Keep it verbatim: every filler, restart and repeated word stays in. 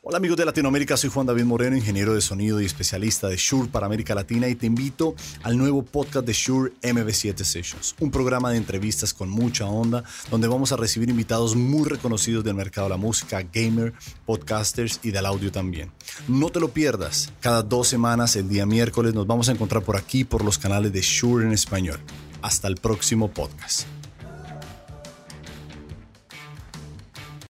Hola amigos de Latinoamérica, soy Juan David Moreno, ingeniero de sonido y especialista de Shure para América Latina, y te invito al nuevo podcast de Shure M V siete Sessions, un programa de entrevistas con mucha onda, donde vamos a recibir invitados muy reconocidos del mercado de la música, gamer, podcasters y del audio también. No te lo pierdas, cada dos semanas, el día miércoles, nos vamos a encontrar por aquí por los canales de Shure en español. Hasta el próximo podcast.